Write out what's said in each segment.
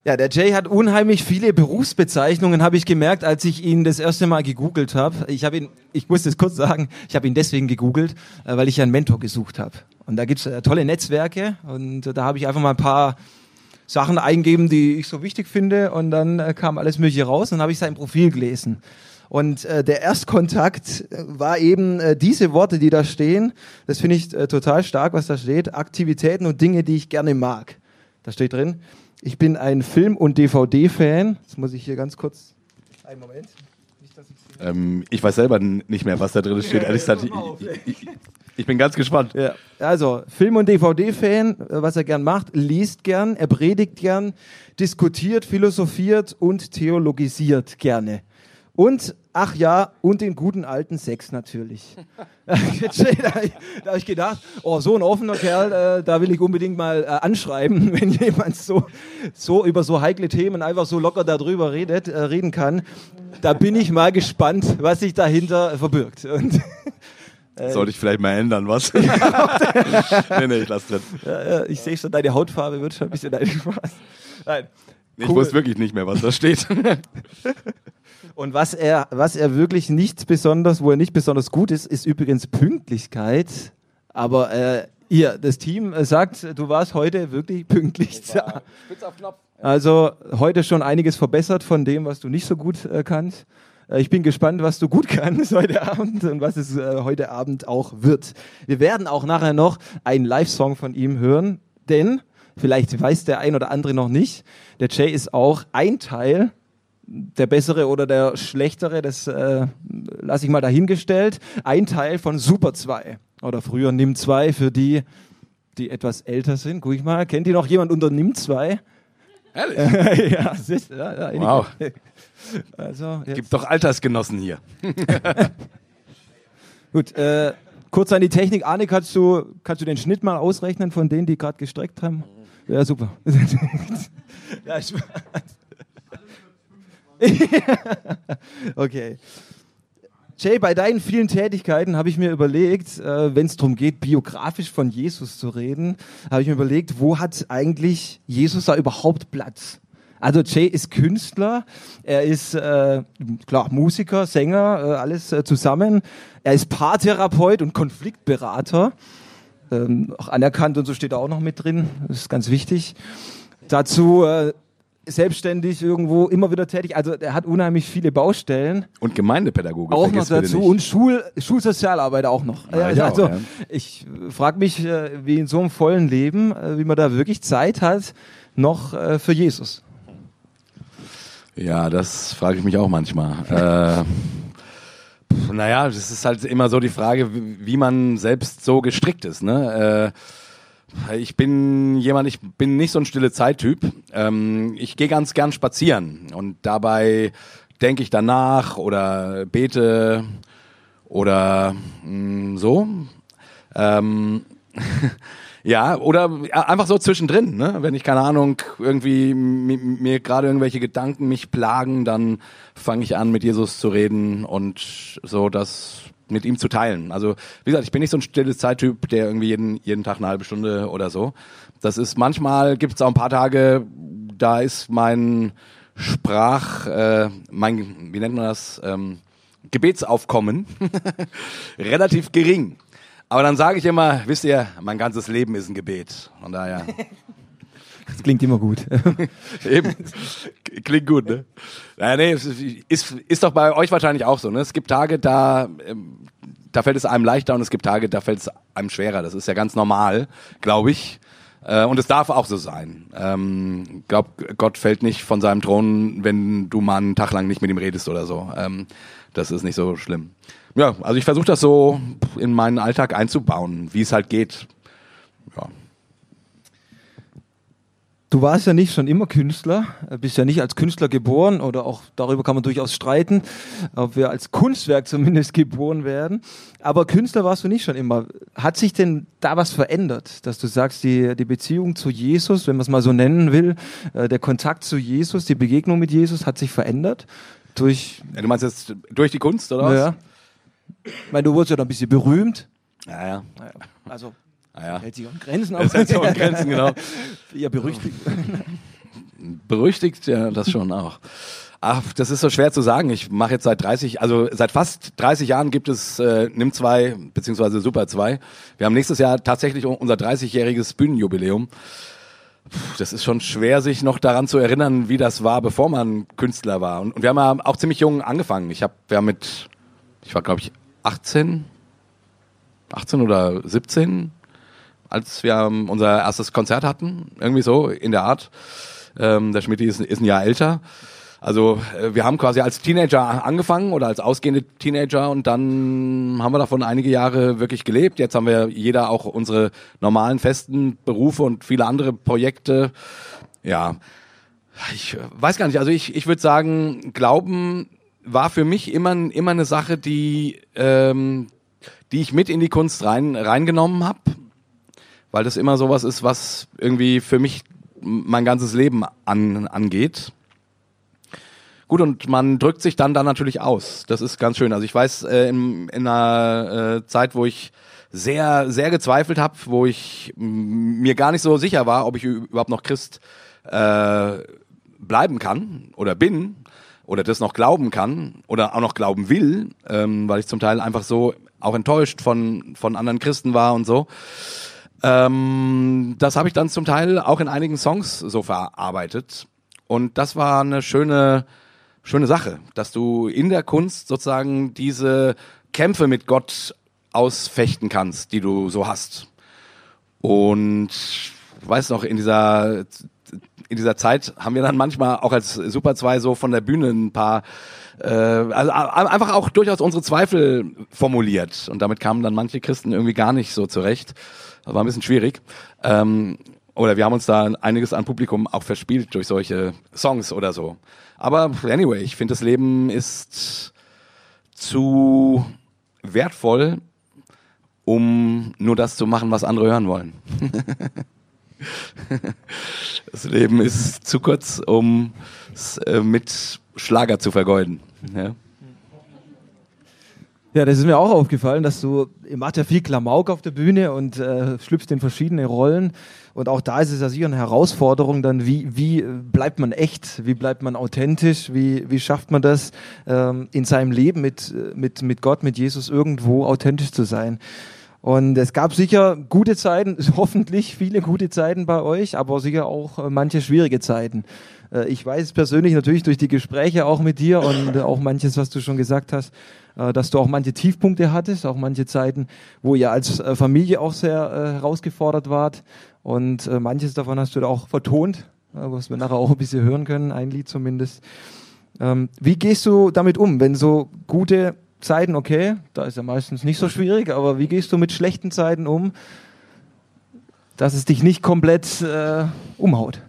Ja, der Jay hat unheimlich viele Berufsbezeichnungen, habe ich gemerkt, als ich ihn das erste Mal gegoogelt habe. Ich muss das kurz sagen, ich habe ihn deswegen gegoogelt, weil ich einen Mentor gesucht habe. Und da gibt's tolle Netzwerke und da habe ich einfach mal ein paar Sachen eingegeben, die ich so wichtig finde und dann kam alles Mögliche raus und dann habe ich sein Profil gelesen. Und der Erstkontakt war eben diese Worte, die da stehen. Das finde ich total stark, was da steht. Aktivitäten und Dinge, die ich gerne mag. Da steht drin. Ich bin ein Film- und DVD-Fan. Jetzt muss ich hier ganz kurz... Einen Moment. Nicht, dass ich weiß selber nicht mehr, was da drin steht. Ehrlich gesagt, ich bin ganz gespannt. Ja. Also, Film- und DVD-Fan, was er gern macht, liest gern, er predigt gern, diskutiert, philosophiert und theologisiert gerne. Und, ach ja, und den guten alten Sex natürlich. Da habe ich gedacht, oh, so ein offener Kerl, da will ich unbedingt mal anschreiben, wenn jemand so über so heikle Themen einfach so locker darüber reden kann. Da bin ich mal gespannt, was sich dahinter verbirgt. Und sollte ich vielleicht mal ändern, was? nee, ich lass drin. Ja, ich sehe schon, deine Hautfarbe wird schon ein bisschen Spaß. Nein. Ich wusste wirklich nicht mehr, was da steht. Und was er wirklich nicht besonders, wo er nicht besonders gut ist, ist übrigens Pünktlichkeit. Aber hier, das Team sagt, du warst heute wirklich pünktlich. Spitz auf Knopf. Also heute schon einiges verbessert von dem, was du nicht so gut kannst. Ich bin gespannt, was du gut kannst heute Abend und was es heute Abend auch wird. Wir werden auch nachher noch einen Live-Song von ihm hören, denn vielleicht weiß der ein oder andere noch nicht, der Jay ist auch ein Teil, der bessere oder der schlechtere, das lasse ich mal dahingestellt, ein Teil von Super 2 oder früher Nimm 2 für die etwas älter sind. Guck ich mal, kennt ihr noch jemand unter Nimm 2? Ehrlich? Ja, wow. Also, gibt doch Altersgenossen hier. Gut, kurz an die Technik. Arne, kannst du den Schnitt mal ausrechnen von denen, die gerade gestreckt haben? Ja, super. Ja, okay. Jay, bei deinen vielen Tätigkeiten habe ich mir überlegt, wenn es darum geht, biografisch von Jesus zu reden, habe ich mir überlegt, wo hat eigentlich Jesus da überhaupt Platz? Also Jay ist Künstler, er ist klar Musiker, Sänger, alles zusammen. Er ist Paartherapeut und Konfliktberater, auch anerkannt und so steht er auch noch mit drin, das ist ganz wichtig. Dazu selbstständig irgendwo immer wieder tätig, also er hat unheimlich viele Baustellen. Und Gemeindepädagoge. Auch noch dazu und Schulsozialarbeiter auch noch. Also ja. Ich frage mich, wie in so einem vollen Leben, wie man da wirklich Zeit hat, noch für Jesus. Ja, das frage ich mich auch manchmal. Naja, das ist halt immer so die Frage, wie man selbst so gestrickt ist, ne? Ich bin nicht so ein stille Zeittyp. Ich gehe ganz gern spazieren und dabei denke ich danach oder bete oder so. Ja, oder einfach so zwischendrin, ne? Wenn ich, keine Ahnung, irgendwie mir gerade irgendwelche Gedanken mich plagen, dann fange ich an, mit Jesus zu reden und so das mit ihm zu teilen. Also, wie gesagt, ich bin nicht so ein stilles Zeittyp, der irgendwie jeden Tag eine halbe Stunde oder so. Das ist manchmal, gibt es auch ein paar Tage, da ist mein wie nennt man das, Gebetsaufkommen relativ gering. Aber dann sage ich immer, wisst ihr, mein ganzes Leben ist ein Gebet. Von daher. Das klingt immer gut. Eben. Klingt gut, ne? Naja, nee, ist doch bei euch wahrscheinlich auch so, ne? Es gibt Tage, da fällt es einem leichter und es gibt Tage, da fällt es einem schwerer. Das ist ja ganz normal, glaube ich. Und es darf auch so sein. Ich glaube, Gott fällt nicht von seinem Thron, wenn du mal einen Tag lang nicht mit ihm redest oder so. Das ist nicht so schlimm. Ja, also ich versuche das so in meinen Alltag einzubauen, wie es halt geht. Ja. Du warst ja nicht schon immer Künstler, bist ja nicht als Künstler geboren oder auch darüber kann man durchaus streiten, ob wir als Kunstwerk zumindest geboren werden. Aber Künstler warst du nicht schon immer. Hat sich denn da was verändert, dass du sagst, die Beziehung zu Jesus, wenn man es mal so nennen will, der Kontakt zu Jesus, die Begegnung mit Jesus hat sich verändert? Ja, du meinst jetzt durch die Kunst, oder was? Ja. Ich meine, du wurdest ja dann ein bisschen berühmt. Ja. Also, ja. hält sich auch in Grenzen. Das hält sich auch in Grenzen, genau. Ja, berüchtigt. Berüchtigt, ja, das schon auch. Ach, das ist so schwer zu sagen. Ich mache jetzt seit fast 30 Jahren gibt es Nimm 2 beziehungsweise Super 2. Wir haben nächstes Jahr tatsächlich unser 30-jähriges Bühnenjubiläum. Das ist schon schwer, sich noch daran zu erinnern, wie das war, bevor man Künstler war. Und wir haben ja auch ziemlich jung angefangen. Ich war glaube ich 18 oder 17, als wir unser erstes Konzert hatten. Irgendwie so in der Art. Der Schmidti ist ein Jahr älter. Also wir haben quasi als Teenager angefangen oder als ausgehende Teenager und dann haben wir davon einige Jahre wirklich gelebt. Jetzt haben wir jeder auch unsere normalen festen Berufe und viele andere Projekte. Ja, ich weiß gar nicht. Also ich würde sagen, Glauben war für mich immer eine Sache, die ich mit in die Kunst reingenommen habe, weil das immer sowas ist, was irgendwie für mich mein ganzes Leben angeht. Gut, und man drückt sich dann natürlich aus. Das ist ganz schön. Also ich weiß, in einer Zeit, wo ich sehr, sehr gezweifelt habe, wo ich mir gar nicht so sicher war, ob ich überhaupt noch Christ bleiben kann oder bin oder das noch glauben kann oder auch noch glauben will, weil ich zum Teil einfach so auch enttäuscht von anderen Christen war und so. Das habe ich dann zum Teil auch in einigen Songs so verarbeitet. Und das war eine schöne Sache, dass du in der Kunst sozusagen diese Kämpfe mit Gott ausfechten kannst, die du so hast. Und weiß noch, in dieser Zeit haben wir dann manchmal auch als Super 2 so von der Bühne ein paar, also einfach auch durchaus unsere Zweifel formuliert. Und damit kamen dann manche Christen irgendwie gar nicht so zurecht. Das war ein bisschen schwierig. Oder wir haben uns da einiges an Publikum auch verspielt durch solche Songs oder so. Aber anyway, ich finde, das Leben ist zu wertvoll, um nur das zu machen, was andere hören wollen. Das Leben ist zu kurz, um es mit Schlager zu vergeuden. Ja. Ja, das ist mir auch aufgefallen, dass ihr macht ja viel Klamauk auf der Bühne und schlüpft in verschiedene Rollen. Und auch da ist es ja sicher eine Herausforderung, dann wie bleibt man echt, wie bleibt man authentisch, wie schafft man das, in seinem Leben mit Gott, mit Jesus irgendwo authentisch zu sein. Und es gab sicher gute Zeiten, hoffentlich viele gute Zeiten bei euch, aber sicher auch manche schwierige Zeiten. Ich weiß persönlich natürlich durch die Gespräche auch mit dir und auch manches, was du schon gesagt hast, dass du auch manche Tiefpunkte hattest, auch manche Zeiten, wo ihr als Familie auch sehr herausgefordert wart. Und manches davon hast du da auch vertont, was wir nachher auch ein bisschen hören können, ein Lied zumindest. Wie gehst du damit um, wenn so gute Zeiten, okay, da ist ja meistens nicht so schwierig, aber wie gehst du mit schlechten Zeiten um, dass es dich nicht komplett umhaut?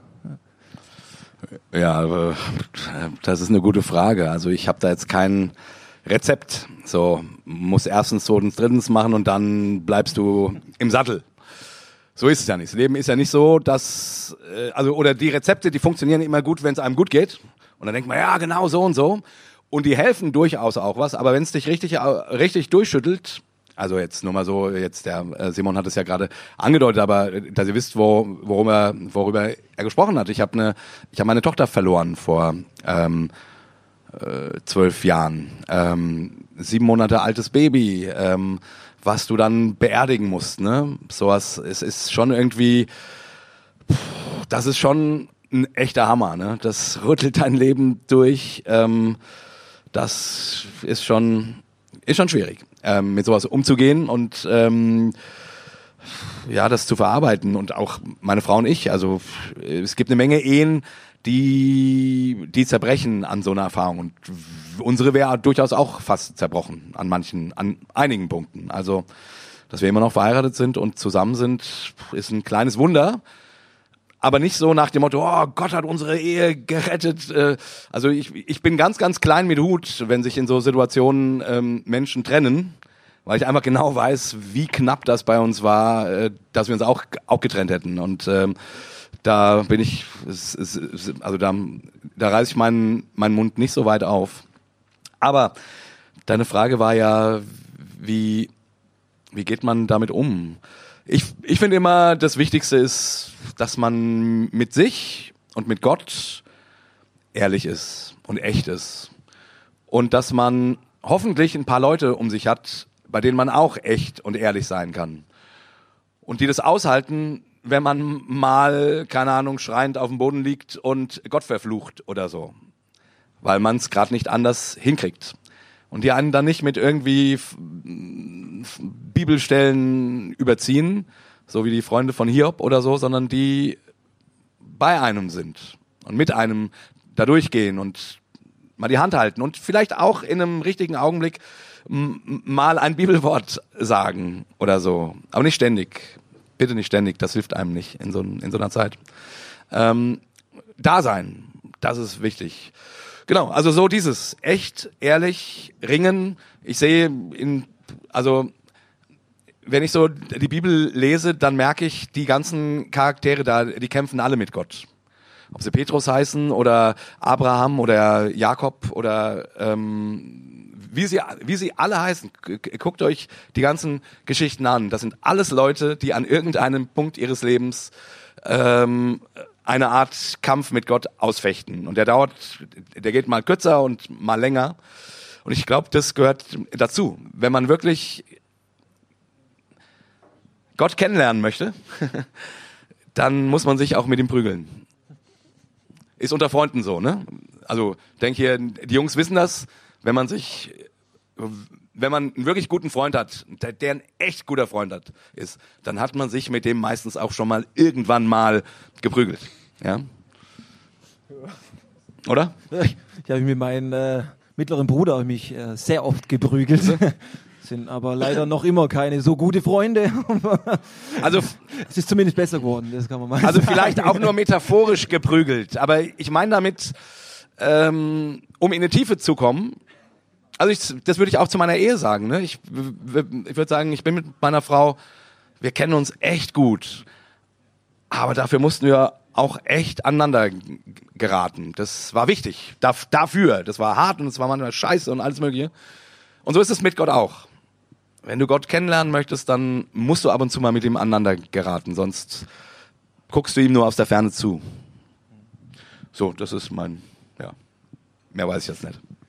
Ja, das ist eine gute Frage. Also ich habe da jetzt kein Rezept. So, muss erstens, zweitens, drittens machen und dann bleibst du im Sattel. So ist es ja nicht. Das Leben ist ja nicht so, dass, oder die Rezepte, die funktionieren immer gut, wenn es einem gut geht. Und dann denkt man, ja, genau so und so. Und die helfen durchaus auch was, aber wenn es dich richtig durchschüttelt, also jetzt nur mal so, jetzt der Simon hat es ja gerade angedeutet, aber dass ihr wisst, worüber er gesprochen hat. Ich habe meine Tochter verloren vor 12 Jahren. 7 Monate altes Baby, was du dann beerdigen musst, ne? Sowas, es ist schon irgendwie, das ist schon ein echter Hammer, ne? Das rüttelt dein Leben durch. Das ist schon schwierig, mit sowas umzugehen und ja, das zu verarbeiten. Und auch meine Frau und ich, also es gibt eine Menge Ehen, die zerbrechen an so einer Erfahrung. Und unsere wäre durchaus auch fast zerbrochen an einigen Punkten. Also, dass wir immer noch verheiratet sind und zusammen sind, ist ein kleines Wunder. Aber nicht so nach dem Motto, oh, Gott hat unsere Ehe gerettet. Also ich bin ganz, ganz klein mit Hut, wenn sich in so Situationen Menschen trennen, weil ich einfach genau weiß, wie knapp das bei uns war, dass wir uns auch getrennt hätten. Und da bin ich, also da reiße ich meinen Mund nicht so weit auf. Aber deine Frage war ja, wie geht man damit um? Ich finde immer, das Wichtigste ist, dass man mit sich und mit Gott ehrlich ist und echt ist. Und dass man hoffentlich ein paar Leute um sich hat, bei denen man auch echt und ehrlich sein kann. Und die das aushalten, wenn man mal, keine Ahnung, schreiend auf dem Boden liegt und Gott verflucht oder so. Weil man es gerade nicht anders hinkriegt. Und die einen dann nicht mit irgendwie Bibelstellen überziehen, so wie die Freunde von Hiob oder so, sondern die bei einem sind und mit einem da durchgehen und mal die Hand halten und vielleicht auch in einem richtigen Augenblick mal ein Bibelwort sagen oder so. Aber nicht ständig. Bitte nicht ständig, das hilft einem nicht in so einer Zeit. Da sein, das ist wichtig. Genau, also so dieses echt, ehrlich, ringen. Ich sehe wenn ich so die Bibel lese, dann merke ich, die ganzen Charaktere da, die kämpfen alle mit Gott. Ob sie Petrus heißen oder Abraham oder Jakob oder wie sie alle heißen. Guckt euch die ganzen Geschichten an. Das sind alles Leute, die an irgendeinem Punkt ihres Lebens eine Art Kampf mit Gott ausfechten. Und der geht mal kürzer und mal länger. Und ich glaube, das gehört dazu. Wenn man wirklich Gott kennenlernen möchte, dann muss man sich auch mit ihm prügeln. Ist unter Freunden so, ne? Also, denk hier, die Jungs wissen das, wenn man einen wirklich guten Freund hat, der ein echt guter Freund ist, dann hat man sich mit dem meistens auch schon mal irgendwann mal geprügelt, ja? Oder? Ich habe mit meinem mittleren Bruder mich sehr oft geprügelt. Sind aber leider noch immer keine so gute Freunde. Also es ist zumindest besser geworden, das kann man mal also sagen. vielleicht auch nur metaphorisch geprügelt, aber ich meine damit, um in die Tiefe zu kommen, also das würde ich auch zu meiner Ehe sagen, ne? Ich würde sagen, ich bin mit meiner Frau, wir kennen uns echt gut, aber dafür mussten wir auch echt aneinander geraten. Das war wichtig, dafür, das war hart und es war manchmal scheiße und alles mögliche. Und so ist es mit Gott auch. Wenn du Gott kennenlernen möchtest, dann musst du ab und zu mal mit ihm aneinander geraten, sonst guckst du ihm nur aus der Ferne zu. So, das ist mehr weiß ich jetzt nicht.